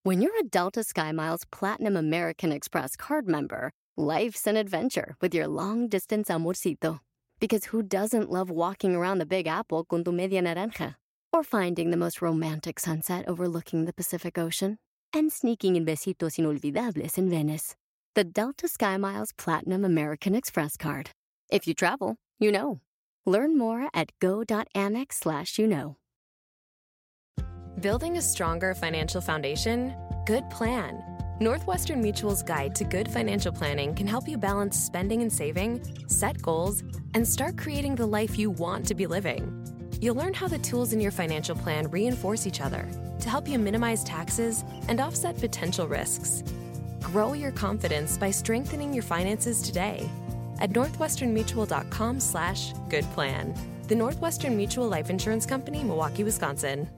When you're a Delta SkyMiles Platinum American Express card member, life's an adventure with your long-distance amorcito. Because who doesn't love walking around the Big Apple con tu media naranja? Or finding the most romantic sunset overlooking the Pacific Ocean? And sneaking in besitos inolvidables in Venice. The Delta SkyMiles Platinum American Express card. If you travel, you know. Learn more at go.amex/you-know. Building a stronger financial foundation? Good plan. Northwestern Mutual's Guide to Good Financial Planning can help you balance spending and saving, set goals, and start creating the life you want to be living. You'll learn how the tools in your financial plan reinforce each other to help you minimize taxes and offset potential risks. Grow your confidence by strengthening your finances today at northwesternmutual.com/goodplan. The Northwestern Mutual Life Insurance Company, Milwaukee, Wisconsin.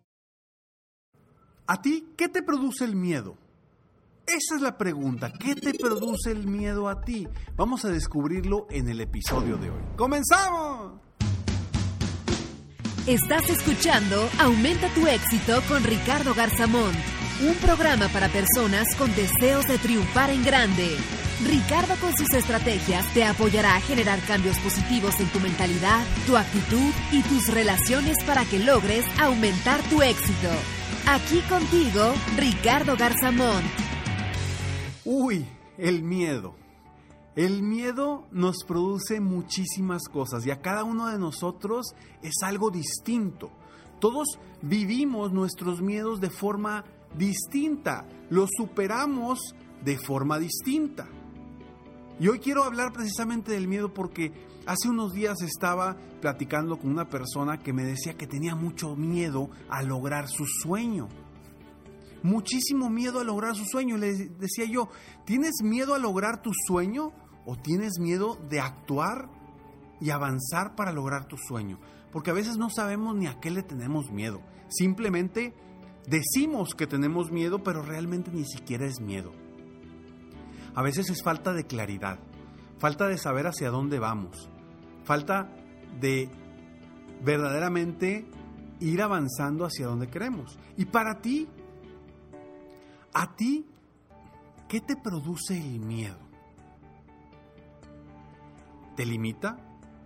¿A ti qué te produce el miedo? Esa es la pregunta. ¿Qué te produce el miedo a ti? Vamos a descubrirlo en el episodio de hoy. ¡Comenzamos! Estás escuchando Aumenta tu éxito con Ricardo Garzamont, un programa para personas con deseos de triunfar en grande. Ricardo con sus estrategias te apoyará a generar cambios positivos en tu mentalidad, tu actitud y tus relaciones para que logres aumentar tu éxito. Aquí contigo, Ricardo Garzamont. Uy, el miedo. El miedo nos produce muchísimas cosas y a cada uno de nosotros es algo distinto. Todos vivimos nuestros miedos de forma distinta, los superamos de forma distinta. Y hoy quiero hablar precisamente del miedo porque hace unos días estaba platicando con una persona que me decía que tenía mucho miedo a lograr su sueño. Muchísimo miedo a lograr su sueño. Le decía yo, ¿tienes miedo a lograr tu sueño o tienes miedo de actuar y avanzar para lograr tu sueño? Porque a veces no sabemos ni a qué le tenemos miedo. Simplemente decimos que tenemos miedo, pero realmente ni siquiera es miedo. A veces es falta de claridad, falta de saber hacia dónde vamos, falta de verdaderamente ir avanzando hacia donde queremos. Y para ti, ¿a ti qué te produce el miedo? ¿Te limita?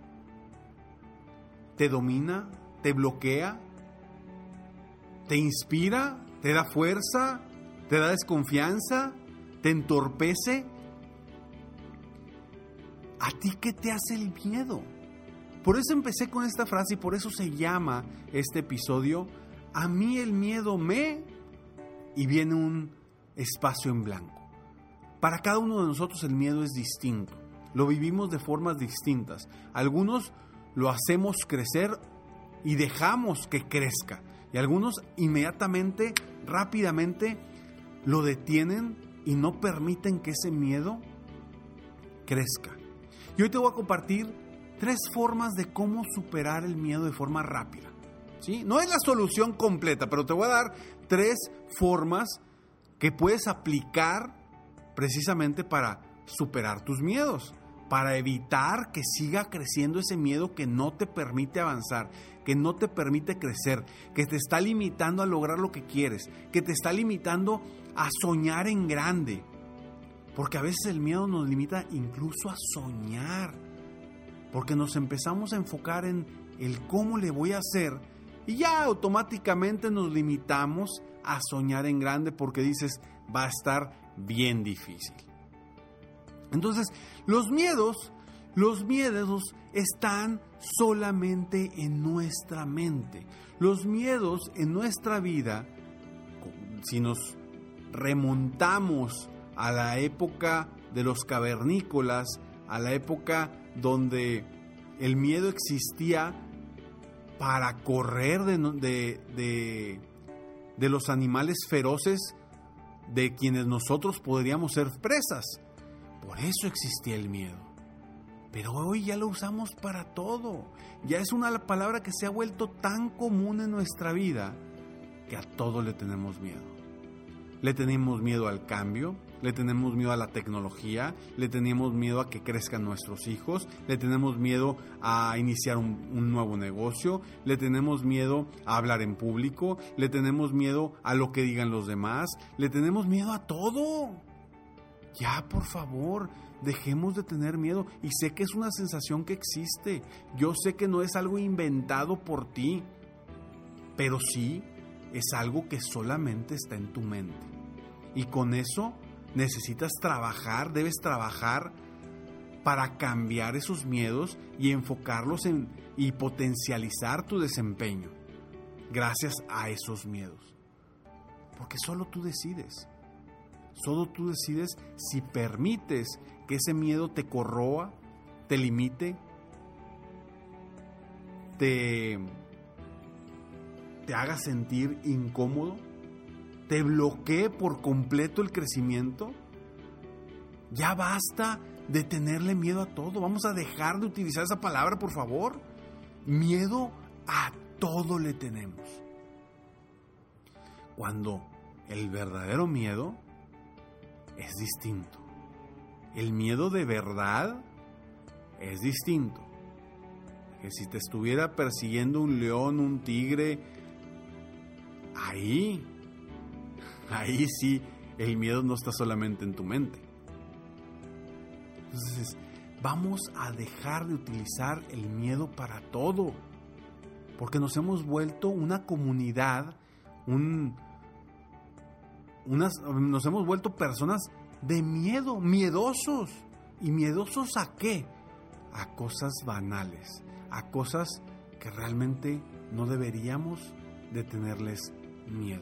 ¿Te domina? ¿Te bloquea? ¿Te inspira? ¿Te da fuerza? ¿Te da desconfianza? ¿Te entorpece? ¿A ti qué te hace el miedo? Por eso empecé con esta frase y por eso se llama este episodio A mí el miedo me... y viene un espacio en blanco. Para cada uno de nosotros el miedo es distinto. Lo vivimos de formas distintas. Algunos lo hacemos crecer y dejamos que crezca. Y algunos inmediatamente, rápidamente, lo detienen y no permiten que ese miedo crezca. Y hoy te voy a compartir 3 formas de cómo superar el miedo de forma rápida. ¿Sí? No es la solución completa, pero te voy a dar 3 formas que puedes aplicar precisamente para superar tus miedos, para evitar que siga creciendo ese miedo que no te permite avanzar, que no te permite crecer, que te está limitando a lograr lo que quieres, que te está limitando a soñar en grande. Porque a veces el miedo nos limita incluso a soñar, porque nos empezamos a enfocar en el cómo le voy a hacer y ya automáticamente nos limitamos a soñar en grande porque dices, va a estar bien difícil. Entonces, los miedos están solamente en nuestra mente. Los miedos en nuestra vida, si nos remontamos a la época de los cavernícolas, a la época donde el miedo existía para correr de los animales feroces de quienes nosotros podríamos ser presas. Por eso existía el miedo. Pero hoy ya lo usamos para todo. Ya es una palabra que se ha vuelto tan común en nuestra vida que a todo le tenemos miedo. Le tenemos miedo al cambio, le tenemos miedo a la tecnología, le tenemos miedo a que crezcan nuestros hijos, le tenemos miedo a iniciar un nuevo negocio, le tenemos miedo a hablar en público, le tenemos miedo a lo que digan los demás, le tenemos miedo a todo. Ya, por favor, dejemos de tener miedo. Y sé que es una sensación que existe, yo sé que no es algo inventado por ti, pero sí es algo que solamente está en tu mente. Y con eso necesitas trabajar, debes trabajar para cambiar esos miedos y enfocarlos y potencializar tu desempeño gracias a esos miedos. Porque solo tú decides si permites que ese miedo te corroa, te limite, te haga sentir incómodo, te bloquee por completo el crecimiento. Ya basta de tenerle miedo a todo. Vamos a dejar de utilizar esa palabra, por favor. Miedo a todo le tenemos. Cuando el verdadero miedo es distinto. El miedo de verdad es distinto. Que si te estuviera persiguiendo un león, un tigre, ahí sí, el miedo no está solamente en tu mente. Entonces, vamos a dejar de utilizar el miedo para todo, porque nos hemos vuelto una comunidad, nos hemos vuelto personas de miedo, miedosos. ¿Y miedosos a qué? A cosas banales, a cosas que realmente no deberíamos de tenerles miedo.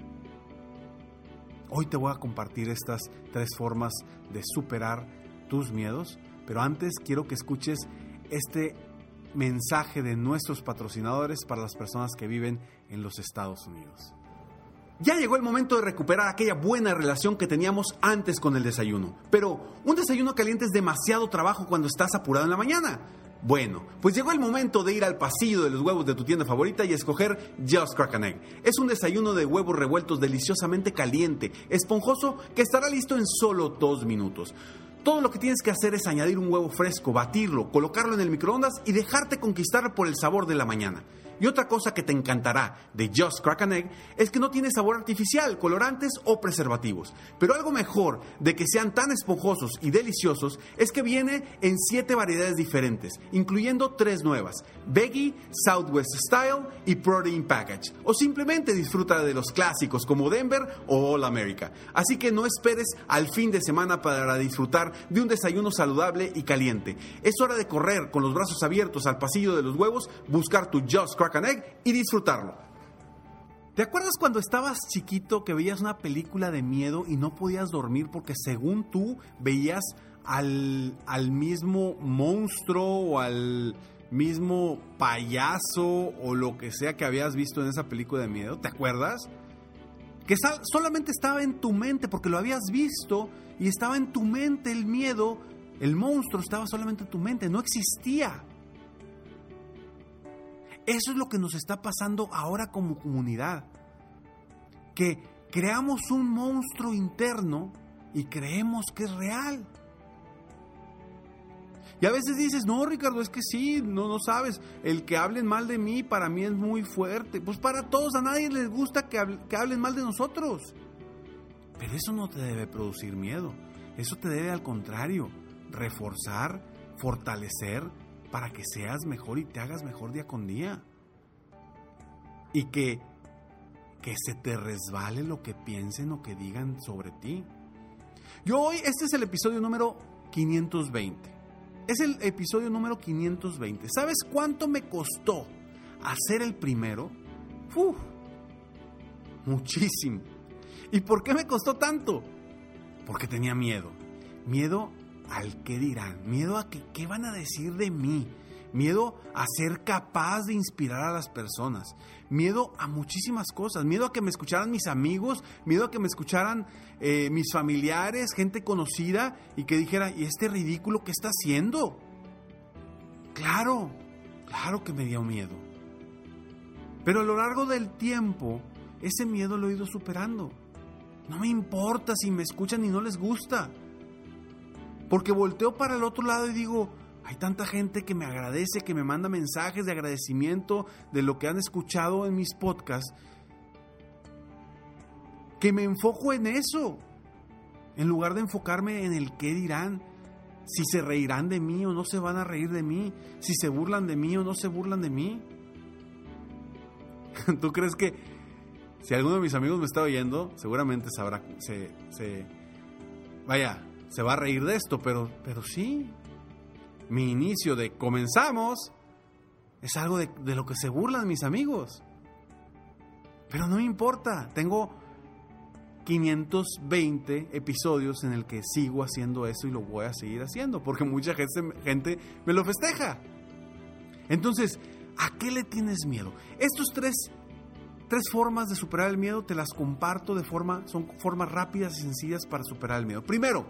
Hoy te voy a compartir estas 3 formas de superar tus miedos, pero antes quiero que escuches este mensaje de nuestros patrocinadores para las personas que viven en los Estados Unidos. Ya llegó el momento de recuperar aquella buena relación que teníamos antes con el desayuno, pero un desayuno caliente es demasiado trabajo cuando estás apurado en la mañana. Bueno, pues llegó el momento de ir al pasillo de los huevos de tu tienda favorita y escoger Just Crack an Egg. Es un desayuno de huevos revueltos deliciosamente caliente, esponjoso, que estará listo en solo 2 minutos. Todo lo que tienes que hacer es añadir un huevo fresco, batirlo, colocarlo en el microondas y dejarte conquistar por el sabor de la mañana. Y otra cosa que te encantará de Just Crack an Egg es que no tiene sabor artificial, colorantes o preservativos. Pero algo mejor de que sean tan esponjosos y deliciosos es que viene en 7 variedades diferentes, incluyendo 3 nuevas: Veggie, Southwest Style y Protein Package. O simplemente disfruta de los clásicos como Denver o All America. Así que no esperes al fin de semana para disfrutar de un desayuno saludable y caliente. Es hora de correr con los brazos abiertos al pasillo de los huevos, buscar tu Just Crack an Egg y disfrutarlo. ¿Te acuerdas cuando estabas chiquito que veías una película de miedo y no podías dormir porque según tú veías al mismo monstruo o al mismo payaso o lo que sea que habías visto en esa película de miedo? ¿Te acuerdas? Que solamente estaba en tu mente porque lo habías visto y estaba en tu mente el miedo, el monstruo estaba solamente en tu mente, no existía. Eso es lo que nos está pasando ahora como comunidad, que creamos un monstruo interno y creemos que es real. Y a veces dices, no, Ricardo, es que sí, no sabes, el que hablen mal de mí para mí es muy fuerte. Pues para todos, a nadie les gusta que hablen mal de nosotros. Pero eso no te debe producir miedo, eso te debe al contrario, reforzar, fortalecer, para que seas mejor y te hagas mejor día con día. Y que se te resbale lo que piensen o que digan sobre ti. Este es el episodio número 520. Es el episodio número 520. ¿Sabes cuánto me costó hacer el primero? Muchísimo. ¿Y por qué me costó tanto? Porque tenía miedo. Miedo al qué dirán, miedo a que qué van a decir de mí, miedo a ser capaz de inspirar a las personas, miedo a muchísimas cosas, miedo a que me escucharan mis amigos, miedo a que me escucharan mis familiares, gente conocida y que dijera, ¿y este ridículo qué está haciendo? Claro que me dio miedo. Pero a lo largo del tiempo, ese miedo lo he ido superando. No me importa si me escuchan y no les gusta. Porque volteo para el otro lado y digo, hay tanta gente que me agradece, que me manda mensajes de agradecimiento de lo que han escuchado en mis podcasts, que me enfoco en eso, en lugar de enfocarme en el qué dirán, si se reirán de mí o no se van a reír de mí, si se burlan de mí o no se burlan de mí. ¿Tú crees que si alguno de mis amigos me está oyendo, seguramente sabrá, se va a reír de esto, pero sí, mi inicio de comenzamos es algo de lo que se burlan mis amigos. Pero no me importa, tengo 520 episodios en el que sigo haciendo eso y lo voy a seguir haciendo, porque mucha gente me lo festeja. Entonces, ¿a qué le tienes miedo? Estos tres formas de superar el miedo te las comparto son formas rápidas y sencillas para superar el miedo. Primero,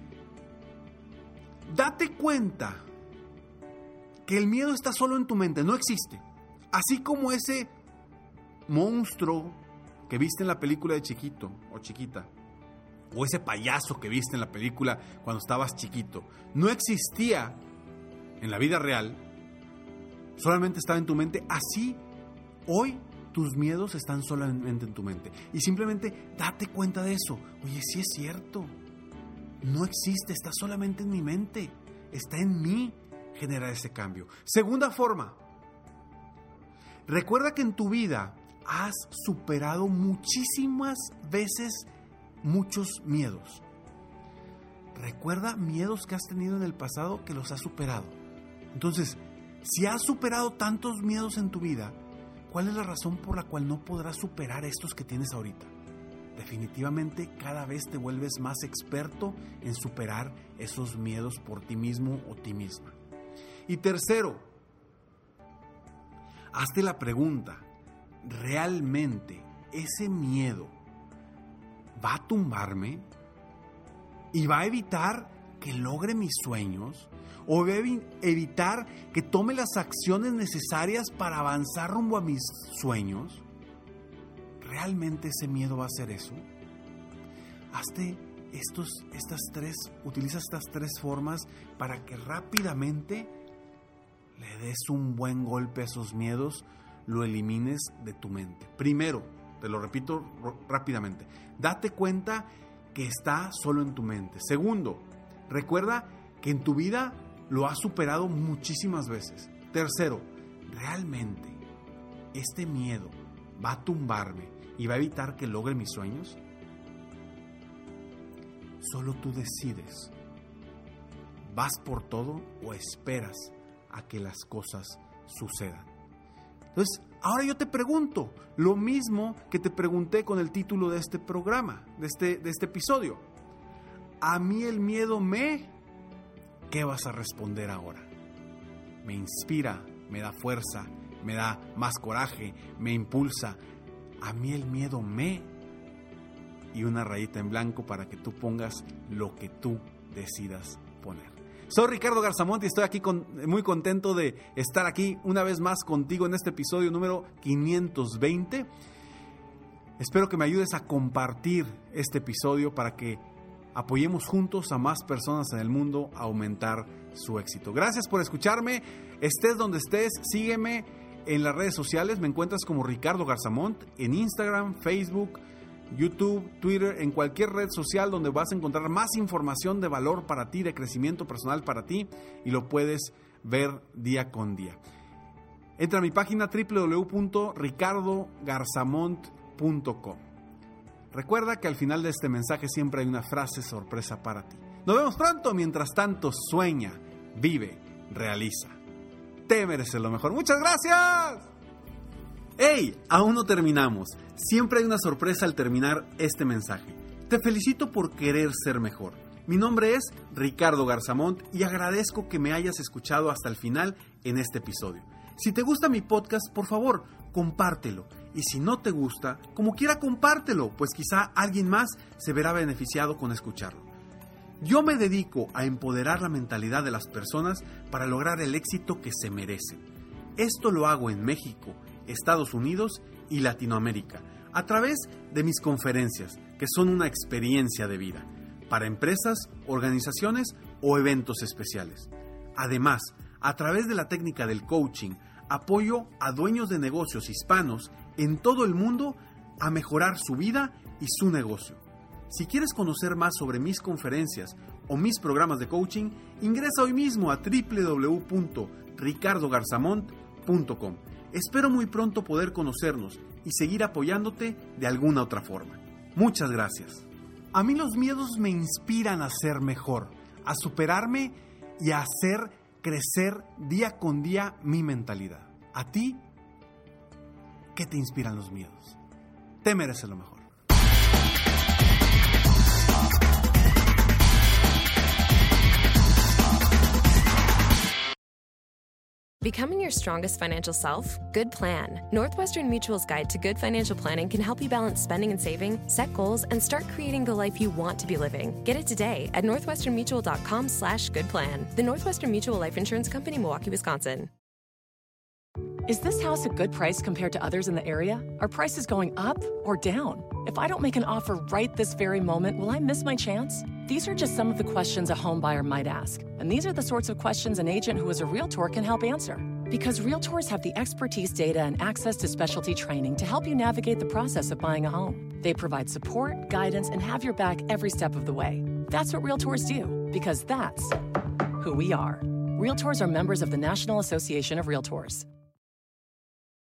date cuenta que el miedo está solo en tu mente, no existe. Así como ese monstruo que viste en la película de chiquito o chiquita, o ese payaso que viste en la película cuando estabas chiquito, no existía en la vida real, solamente estaba en tu mente. Así, hoy tus miedos están solamente en tu mente. Y simplemente date cuenta de eso. Oye, sí es cierto. No existe, está solamente en mi mente. Está en mí generar ese cambio. Segunda forma. Recuerda que en tu vida has superado muchísimas veces muchos miedos. Recuerda miedos que has tenido en el pasado que los has superado. Entonces, si has superado tantos miedos en tu vida, ¿cuál es la razón por la cual no podrás superar estos que tienes ahorita? Definitivamente cada vez te vuelves más experto en superar esos miedos por ti mismo o ti misma. Y tercero, hazte la pregunta, ¿realmente ese miedo va a tumbarme y va a evitar que logre mis sueños? ¿O va a evitar que tome las acciones necesarias para avanzar rumbo a mis sueños? ¿Realmente ese miedo va a hacer eso? Utiliza estas tres formas para que rápidamente le des un buen golpe a esos miedos, lo elimines de tu mente. Primero, te lo repito rápidamente, date cuenta que está solo en tu mente. Segundo, recuerda que en tu vida lo has superado muchísimas veces. Tercero, ¿realmente este miedo va a tumbarme y va a evitar que logre mis sueños? Solo tú decides. ¿Vas por todo o esperas a que las cosas sucedan? Entonces, ahora yo te pregunto lo mismo que te pregunté con el título de este programa, de este episodio. A mí el miedo ¿Qué vas a responder ahora? Me inspira, me da fuerza, me da más coraje, me impulsa. A mí el miedo y una rayita en blanco para que tú pongas lo que tú decidas poner. Soy Ricardo Garzamont y estoy aquí muy contento de estar aquí una vez más contigo en este episodio número 520. Espero que me ayudes a compartir este episodio para que apoyemos juntos a más personas en el mundo a aumentar su éxito. Gracias por escucharme. Estés donde estés, sígueme en las redes sociales. Me encuentras como Ricardo Garzamont en Instagram, Facebook, YouTube, Twitter, en cualquier red social donde vas a encontrar más información de valor para ti, de crecimiento personal para ti, y lo puedes ver día con día. Entra a mi página www.ricardogarzamont.com. Recuerda que al final de este mensaje siempre hay una frase sorpresa para ti. Nos vemos pronto. Mientras tanto, sueña, vive, realiza. Te mereces lo mejor. ¡Muchas gracias! ¡Hey! Aún no terminamos. Siempre hay una sorpresa al terminar este mensaje. Te felicito por querer ser mejor. Mi nombre es Ricardo Garzamont y agradezco que me hayas escuchado hasta el final en este episodio. Si te gusta mi podcast, por favor, compártelo. Y si no te gusta, como quiera compártelo, pues quizá alguien más se verá beneficiado con escucharlo. Yo me dedico a empoderar la mentalidad de las personas para lograr el éxito que se merecen. Esto lo hago en México, Estados Unidos y Latinoamérica, a través de mis conferencias, que son una experiencia de vida, para empresas, organizaciones o eventos especiales. Además, a través de la técnica del coaching, apoyo a dueños de negocios hispanos en todo el mundo a mejorar su vida y su negocio. Si quieres conocer más sobre mis conferencias o mis programas de coaching, ingresa hoy mismo a www.ricardogarzamont.com. Espero muy pronto poder conocernos y seguir apoyándote de alguna otra forma. Muchas gracias. A mí los miedos me inspiran a ser mejor, a superarme y a hacer crecer día con día mi mentalidad. ¿A ti? ¿Qué te inspiran los miedos? Te mereces lo mejor. Becoming your strongest financial self? Good plan. Northwestern Mutual's Guide to Good Financial Planning can help you balance spending and saving, set goals, and start creating the life you want to be living. Get it today at northwesternmutual.com/goodplan. The Northwestern Mutual Life Insurance Company, Milwaukee, Wisconsin. Is this house a good price compared to others in the area? Are prices going up or down? If I don't make an offer right this very moment, will I miss my chance? These are just some of the questions a home buyer might ask. And these are the sorts of questions an agent who is a Realtor can help answer. Because Realtors have the expertise, data, and access to specialty training to help you navigate the process of buying a home. They provide support, guidance, and have your back every step of the way. That's what Realtors do, because that's who we are. Realtors are members of the National Association of Realtors.